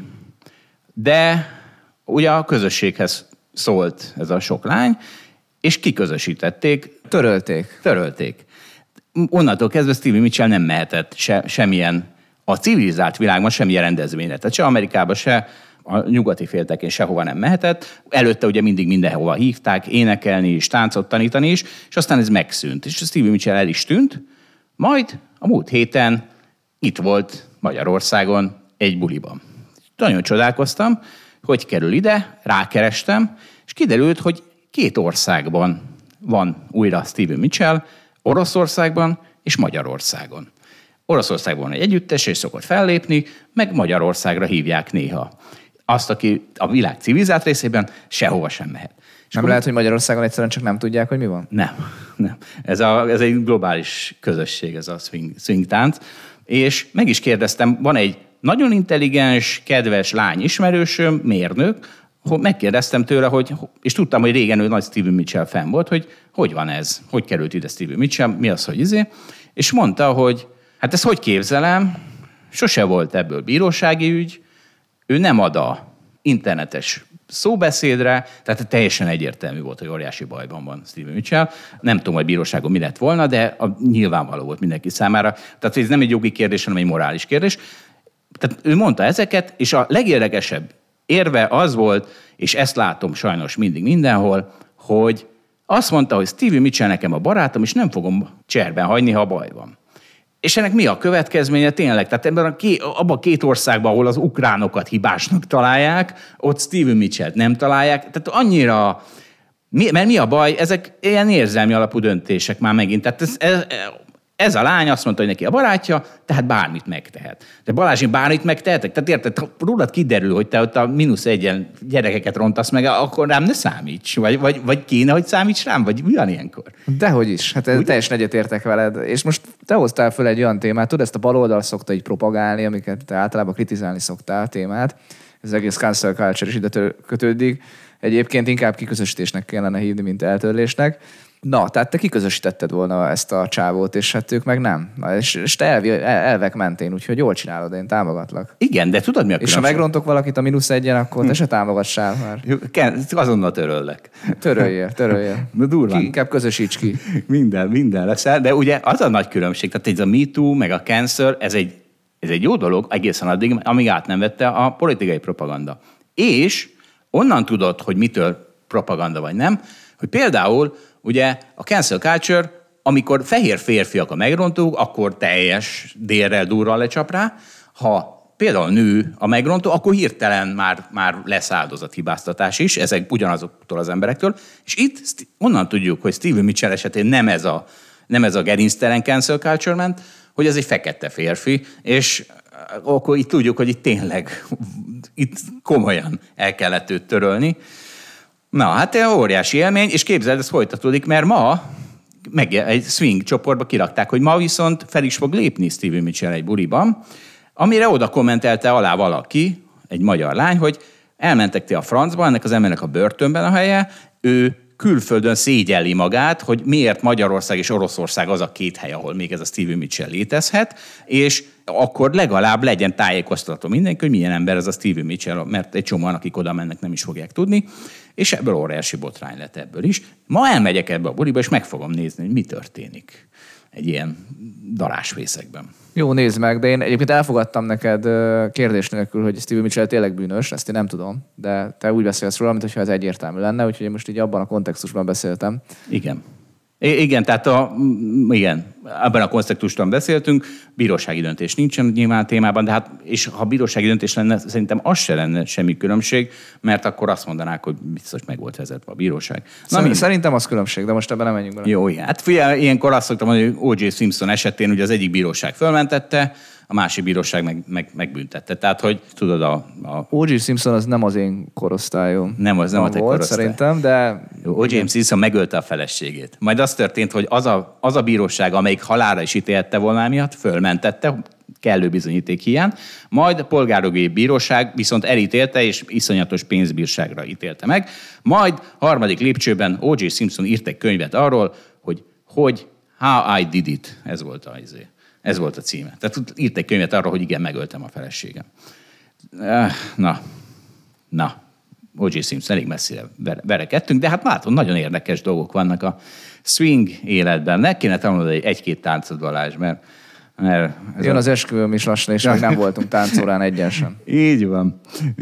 de ugye a közösséghez szólt ez a sok lány, és kiközösítették. Törölték. Onnantól kezdve Steven Mitchell nem mehetett semmilyen, a civilizált világban semmilyen rendezvényre. Tehát se Amerikában, se a nyugati féltekén sehova nem mehetett. Előtte ugye mindig mindenhova hívták, énekelni is, táncot tanítani is, és aztán ez megszűnt. És Steven Mitchell el is tűnt, majd a múlt héten itt volt Magyarországon egy buliban. Nagyon csodálkoztam, hogy kerül ide, rákerestem, és kiderült, hogy 2 országban van újra Steven Mitchell, Oroszországban és Magyarországon. Oroszországban egy együttes, és szokott fellépni, meg Magyarországra hívják néha. Azt, aki a világ civilizált részében sehova sem mehet. És nem lehet, hogy Magyarországon egyszerűen csak nem tudják, hogy mi van? Nem. Ez egy globális közösség, ez a swing tánc. És meg is kérdeztem, van egy nagyon intelligens, kedves lány ismerősöm, mérnök, megkérdeztem tőle, és tudtam, hogy régen ő nagy Steven Mitchell fan volt, hogy van ez, hogy került ide Steven Mitchell, mi az, hogy és mondta, hogy hát ezt hogy képzelem, sose volt ebből bírósági ügy, ő nem ad a internetes szóbeszédre, tehát teljesen egyértelmű volt, hogy óriási bajban van Steven Mitchell. Nem tudom, hogy bíróságon mi lett volna, de nyilvánvaló volt mindenki számára. Tehát ez nem egy jogi kérdés, hanem egy morális kérdés. Tehát ő mondta ezeket, és a legérdekesebb érve az volt, és ezt látom sajnos mindig mindenhol, hogy azt mondta, hogy Steven Mitchell nekem a barátom, és nem fogom cserben hagyni, ha baj van. És ennek mi a következménye tényleg? Tehát abban a 2 országban, ahol az ukránokat hibásnak találják, ott Steven Mitchellt nem találják. Tehát annyira... Mert mi a baj? Ezek ilyen érzelmi alapú döntések már megint. Tehát ez a lány azt mondta, hogy neki a barátja, tehát bármit megtehet. De Balázs, én bármit megtehetek? Tehát érted, ha rólad kiderül, hogy te ott a -1 gyerekeket rontasz meg, akkor rám ne számíts. Vagy kéne, hogy számíts rám? Vagy mi van ilyenkor? Dehogy is. Hát teljesen egyetértek veled. És most te hoztál föl egy olyan témát, tudod, ezt a baloldal szokta így propagálni, amiket te általában kritizálni szoktál témát. Ez az egész cancel culture is ide kötődik. Egyébként inkább kiközösítésnek kellene hívni, mint eltörlésnek. Na, tehát te kiközösítetted volna ezt a csávót, és hát ők meg nem. Na, és te elvek mentén, úgyhogy jól csinálod, én támogatlak. Igen, de tudod mi a különbség? És ha megrontok valakit a -1-en, akkor te se támogassál már. Azonnal töröllek. Töröljél. Na durván. Inkább közösíts ki. Minden leszel, de ugye az a nagy különbség, tehát ez a MeToo, meg a cancel, ez egy jó dolog egészen addig, amíg át nem vette a politikai propaganda. És onnan tudod, hogy mitől propaganda vagy nem, hogy például ugye a cancel culture, amikor fehér férfiak a megrontók, akkor teljes délrel, durral lecsap rá. Ha például nő a megrontó, akkor hirtelen már lesz áldozathibáztatás is, ezek ugyanazoktól az emberektől. És itt onnan tudjuk, hogy Steven Mitchell esetén nem ez a gerinctelen cancel culture ment, hogy ez egy fekete férfi, és akkor itt tudjuk, hogy itt tényleg itt komolyan el kellett őt törölni. Na, hát óriási élmény, és képzeld, ez folytatódik, mert ma egy swing csoportba kirakták, hogy ma viszont fel is fog lépni Steven Mitchell egy buliban, amire oda kommentelte alá valaki, egy magyar lány, hogy elmentek ti a francba, ennek az embernek a börtönben a helye, ő külföldön szégyelli magát, hogy miért Magyarország és Oroszország az a 2 hely, ahol még ez a Steven Mitchell létezhet, és akkor legalább legyen tájékoztató mindenki, hogy milyen ember ez a Steven Mitchell, mert egy csomóan, akik oda mennek, nem is fogják tudni, és ebből óriási botrány lett ebből is. Ma elmegyek ebbe a buliba, és meg fogom nézni, hogy mi történik. egy ilyen darásfészekben. Jó, nézd meg, de én egyébként elfogadtam neked kérdés nélkül, hogy Stevie Mitchell tényleg bűnös, ezt én nem tudom, de te úgy beszélsz róla, mintha ez egyértelmű lenne, úgyhogy én most így abban a kontextusban beszéltem. Igen. Igen, tehát igen, ebben a kontextusban beszéltünk, bírósági döntés nincsen nyilván a témában, de hát, és ha bírósági döntés lenne, szerintem az se lenne semmi különbség, mert akkor azt mondanák, hogy biztos meg volt vezetve a bíróság. Szerintem az különbség, de most ebben nem menjünk bele. Jó, hát figyelj, ilyenkor azt szoktam mondani, hogy O.J. Simpson esetén ugye az egyik bíróság fölmentette, a másik bíróság megbüntette. Tehát, hogy tudod O.J. Simpson az nem az én korosztályom. Nem a te volt, korosztály. Szerintem, de... O.J. Simpson megölte a feleségét. Majd az történt, hogy az a bíróság, amelyik halálra is ítélette volna miatt, fölmentette, kellő bizonyíték hiány, majd a polgárjogi bíróság viszont elítélte, és iszonyatos pénzbírságra ítélte meg. Majd harmadik lépcsőben O.J. Simpson írt egy könyvet arról, hogy How I Did It. Ez volt a címe. Tehát írt egy könyvet arról, hogy igen, megöltem a feleségem. Na. O.J. Simpson elég messzire verekedtünk, de hát látod, nagyon érdekes dolgok vannak a swing életben. Ne kéne tanulni egy-két táncot, Balázs, mert jön az esküvőm is lassan, és még nem voltunk táncórán egyen sem. Így van.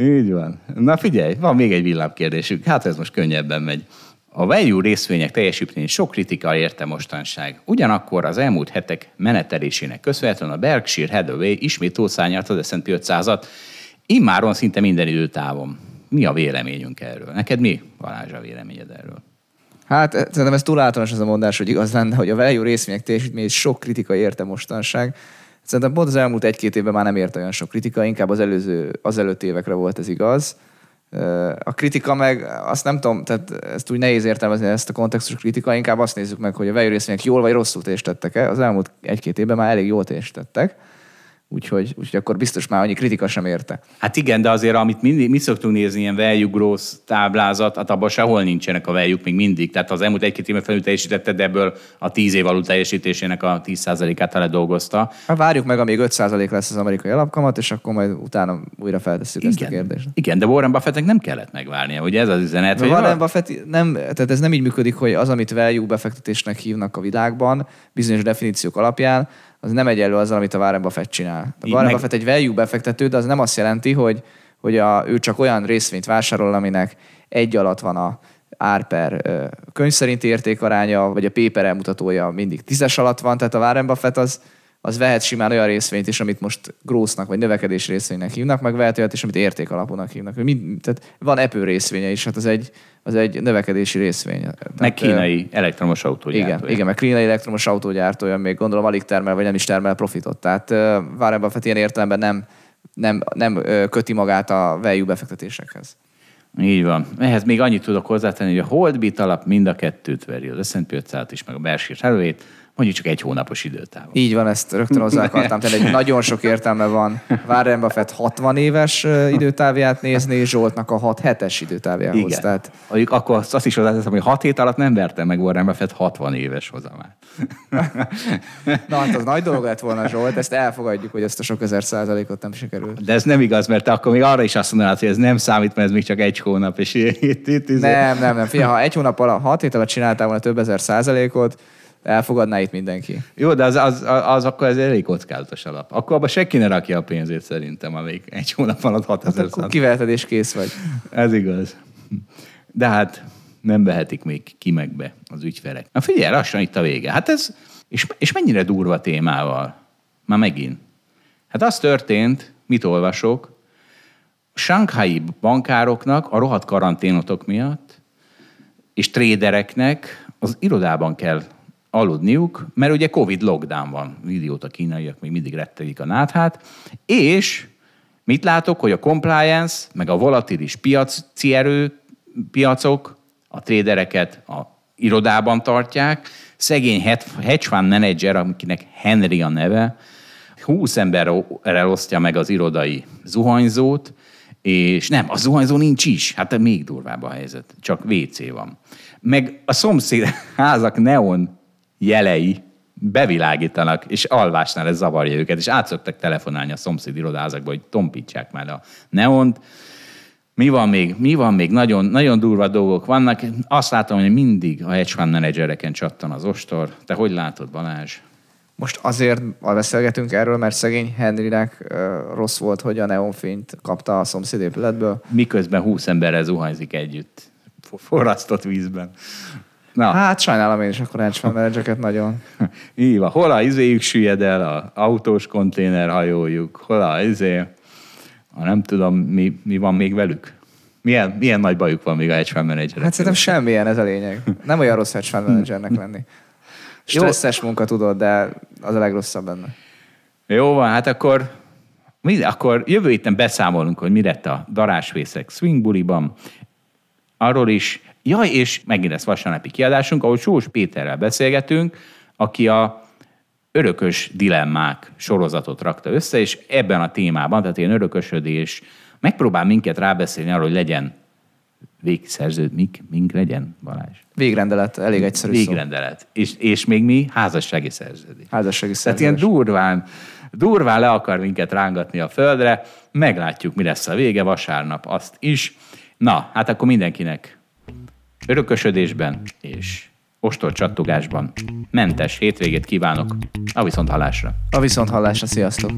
Na figyelj, van még egy villámkérdésünk. Hát ez most könnyebben megy. A value részvények teljesítményén sok kritika érte mostanság. Ugyanakkor az elmúlt hetek menetelésének köszönhetően a Berkshire Hathaway ismét túlszárnyalt az S&P 500-at, immáron szinte minden időtávon. Mi a véleményünk erről? Neked mi, Balázs, a véleményed erről? Hát szerintem ez túl általános ez a mondás, hogy igaz lenne, hogy a value részvények teljesítményét sok kritika érte mostanság. Szerintem pont az elmúlt egy-két évben már nem érte olyan sok kritika, inkább az előtt évekre volt ez igaz. A kritika meg, azt nem tudom, tehát ezt úgy nehéz értelmezni, ezt a kontextus kritika, inkább azt nézzük meg, hogy a value részvények jól vagy rosszul teljesítettek-e. Az elmúlt egy-két évben már elég jól teljesítettek. Úgyhogy akkor biztos már annyi kritika sem érte. Hát igen, de azért, amit mi szoktunk nézni, ilyen value growth táblázat, hát abban sehol nincsenek a value-k még mindig. Tehát az elmúlt egy-két évben felül teljesítette, de ebből a 10 év alul teljesítésének a 10%-át ledolgozta. Hát várjuk meg, amíg 5% lesz az amerikai alapkamat, és akkor majd utána újra feltesszük ezt a kérdést. Igen, de Warren Buffettnek nem kellett megvárnia, ugye ez az üzenet. De Warren Buffett nem, tehát ez nem így működik, hogy az, amit value befektetésnek hívnak a világban, bizonyos definíciók alapján, az nem egyenlő azzal, amit a Warren Buffett csinál. A Warren Buffett egy value befektető, de az nem azt jelenti, hogy ő csak olyan részvényt vásárol, aminek egy alatt van a ár per könyv szerinti értékaránya, vagy a P per E mutatója mindig 10-es alatt van, tehát a Warren Buffett az vehet simán olyan részvényt is, amit most growthnak vagy növekedés részvénynek hívnak, meg vehet olyat is, amit értékalapúnak hívnak. Tehát van Apple részvénye is, hát az egy növekedési részvény. Meg kínai elektromos autógyártója. Igen, meg kínai elektromos autógyártója, még gondolom alig termel, vagy nem is termel profitot. Tehát Warren Buffett ilyen értelemben nem köti magát a value befektetésekhez. Így van. Ehhez még annyit tudok hozzátenni, hogy a Holdbit alap mind a kettőt veri, az S&P 500 is, meg a Berkshire Hathaway-t, mondjuk csak egy hónapos időtávon. Így van, ezt rögtön hozzá akartam tenni. Nagyon sok értelme van Warren Buffett 60 éves időtávját nézni, Zsoltnak a 6-7-es időtávjához. Igen. Tehát... Akkor azt is hozzáteszem, hogy 6 hét alatt nem vertem meg Warren Buffett 60 éves hozamát. Na hát az nagy dolog lett volna, Zsolt, ezt elfogadjuk, hogy ezt a sok ezer százalékot nem sikerült. De ez nem igaz, mert te akkor még arra is azt mondanád, hogy ez nem számít, mert ez még csak egy hónap. És Nem. Figyelj, ha egy hónap alatt, 6 hét alatt csináltál volna több ezer százalékot, elfogadná itt mindenki. Jó, de az akkor ez elég kockázatos alap. Akkor abban senki ne rakja a pénzét szerintem, amíg egy hónap alatt 6000 hát kiveheted és kész vagy. Ez igaz. De hát nem vehetik még ki meg be az ügyfelek. Na figyelj, lassan itt a vége. Hát ez, és mennyire durva témával? Már megint. Hát az történt, mit olvasok, a sanghai bankároknak a rohadt karanténotok miatt és trédereknek az irodában kell aludniuk, mert ugye Covid lockdown van. Idióta kínaiak még mindig rettegik a náthát. És mit látok, hogy a compliance, meg a volatilis piacok a trédereket a irodában tartják. Szegény hedge fund manager, akinek Henry a neve, 20 emberrel osztja meg az irodai zuhanyzót, és nem, a zuhanyzó nincs is. Hát még durvább a helyzet. Csak WC van. Meg a szomszéd házak neon jelei bevilágítanak, és alvásnál ez zavarja őket, és át szoktak telefonálni a szomszéd irodaházakba, hogy tompítsák már a neont. Mi van még? Nagyon, nagyon durva dolgok vannak. Azt látom, hogy mindig a hedge fund menedzsereken csattan az ostor. Te hogy látod, Balázs? Most azért beszélgetünk erről, mert szegény Henrynek rossz volt, hogy a neonfényt kapta a szomszédépületből. Miközben 20 emberrel zuhanyzik együtt. Forrasztott vízben. Na. Hát sajnálom én is akkor hedge fund menedzseket nagyon. Így van. Hol a izéjük süllyed el, a autós konténerhajójuk, hol a nem tudom, mi van még velük. Milyen nagy bajuk van még a hedge fund menedzserek? Hát szerintem semmilyen, ez a lényeg. Nem olyan rossz hedge fund menedzsernek lenni. Stresszes munka, tudod, de az a legrosszabb benne. Jó van, hát akkor jövő héten beszámolunk, hogy mi lett a darásvészek swing buliban. Arról is, és megint lesz vasárnapi kiadásunk, ahol Sós Péterrel beszélgetünk, aki a örökös dilemmák sorozatot rakta össze, és ebben a témában, tehát ilyen örökösödés, megpróbál minket rábeszélni arról, hogy legyen mink legyen, Balázs? Végrendelet, elég egyszerű Végrendelet. És még mi? Házassági szerződés. Tehát ilyen durván le akar minket rángatni a földre, meglátjuk, mi lesz a vége, vasárnap azt is. Na, hát akkor mindenkinek örökösödésben és ostorcsattogásban mentes hétvégét kívánok. A viszonthallásra. Sziasztok!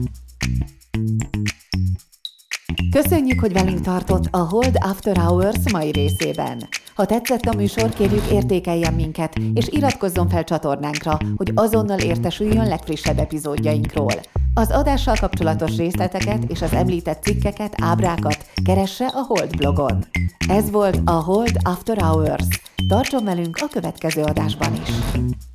Köszönjük, hogy velünk tartott a Hold After Hours mai részében. Ha tetszett a műsor, kérjük értékeljen minket, és iratkozzon fel csatornánkra, hogy azonnal értesüljön legfrissebb epizódjainkról. Az adással kapcsolatos részleteket és az említett cikkeket, ábrákat keresse a Hold blogon. Ez volt a Hold After Hours. Tartson velünk a következő adásban is!